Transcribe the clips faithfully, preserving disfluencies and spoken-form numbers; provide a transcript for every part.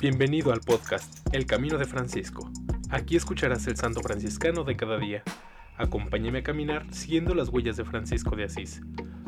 Bienvenido al podcast El Camino de Francisco. Aquí escucharás el santo franciscano de cada día. Acompáñame a caminar siguiendo las huellas de Francisco de Asís.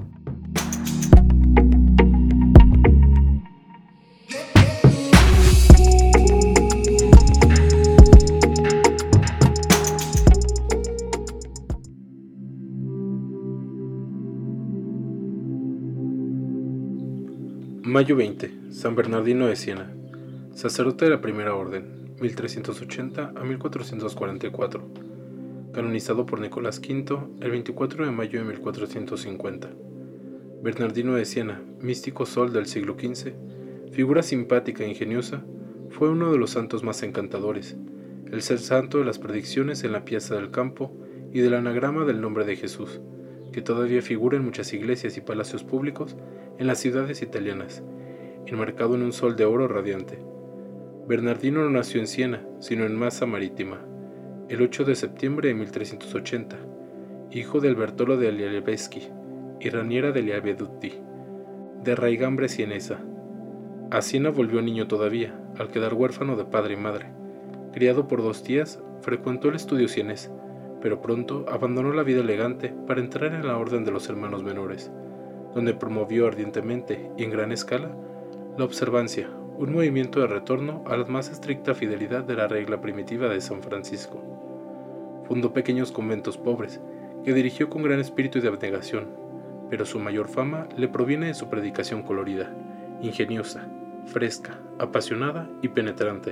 Mayo veinte. San Bernardino de Siena, sacerdote de la Primera Orden, mil trescientos ochenta a mil cuatrocientos cuarenta y cuatro, canonizado por Nicolás quinto el veinticuatro de mayo de mil cuatrocientos cincuenta. Bernardino de Siena, místico sol del siglo quince, figura simpática e ingeniosa, fue uno de los santos más encantadores, el ser santo de las predicciones en la piazza del campo y del anagrama del nombre de Jesús, que todavía figura en muchas iglesias y palacios públicos en las ciudades italianas, enmarcado en un sol de oro radiante. Bernardino no nació en Siena, sino en Massa Marittima, el ocho de septiembre de mil trescientos ochenta, hijo de Albertolo de Alialeschi y Raniera de Liaveduti, de raigambre sienesa. A Siena volvió niño todavía, al quedar huérfano de padre y madre. Criado por dos tías, frecuentó el estudio sienés, pero pronto abandonó la vida elegante para entrar en la orden de los hermanos menores, donde promovió ardientemente y en gran escala la observancia, un movimiento de retorno a la más estricta fidelidad de la regla primitiva de San Francisco. Fundó pequeños conventos pobres, que dirigió con gran espíritu de abnegación, pero su mayor fama le proviene de su predicación colorida, ingeniosa, fresca, apasionada y penetrante.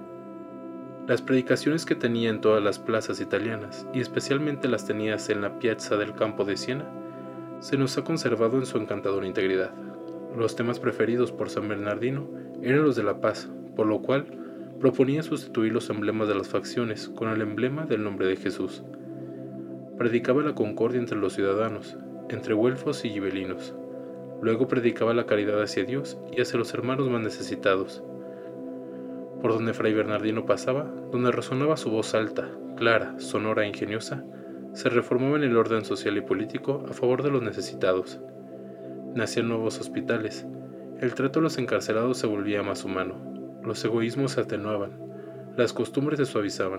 Las predicaciones que tenía en todas las plazas italianas, y especialmente las tenidas en la piazza del campo de Siena, se nos ha conservado en su encantadora integridad. Los temas preferidos por San Bernardino eran los de la paz, por lo cual proponía sustituir los emblemas de las facciones con el emblema del nombre de Jesús. Predicaba la concordia entre los ciudadanos, entre güelfos y gibelinos. Luego predicaba la caridad hacia Dios y hacia los hermanos más necesitados. Por donde Fray Bernardino pasaba, donde resonaba su voz alta, clara, sonora e ingeniosa, se reformaba en el orden social y político a favor de los necesitados. Nacían nuevos hospitales, el trato a los encarcelados se volvía más humano, los egoísmos se atenuaban, las costumbres se suavizaban.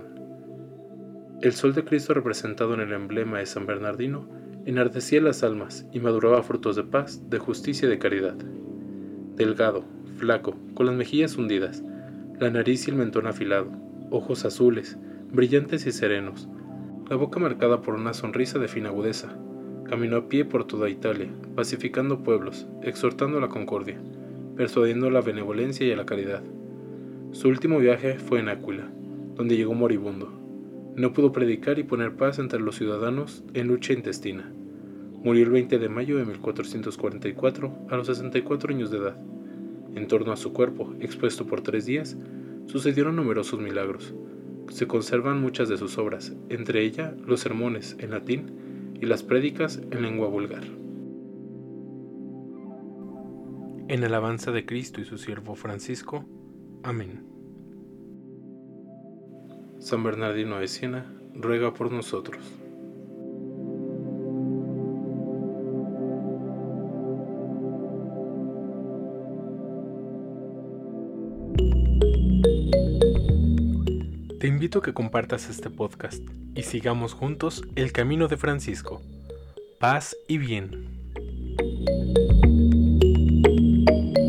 El sol de Cristo representado en el emblema de San Bernardino enardecía las almas y maduraba frutos de paz, de justicia y de caridad. Delgado, flaco, con las mejillas hundidas, la nariz y el mentón afilado, ojos azules, brillantes y serenos, la boca marcada por una sonrisa de fina agudeza, caminó a pie por toda Italia, pacificando pueblos, exhortando a la concordia, persuadiendo a la benevolencia y a la caridad. Su último viaje fue en Áquila, donde llegó moribundo. No pudo predicar y poner paz entre los ciudadanos en lucha intestina. Murió el veinte de mayo de mil cuatrocientos cuarenta y cuatro a los sesenta y cuatro años de edad. En torno a su cuerpo, expuesto por tres días, sucedieron numerosos milagros. Se conservan muchas de sus obras, entre ellas los sermones en latín y las prédicas en lengua vulgar. En alabanza de Cristo y su siervo Francisco. Amén. San Bernardino de Siena, ruega por nosotros. Te invito a que compartas este podcast y sigamos juntos el camino de Francisco. Paz y bien.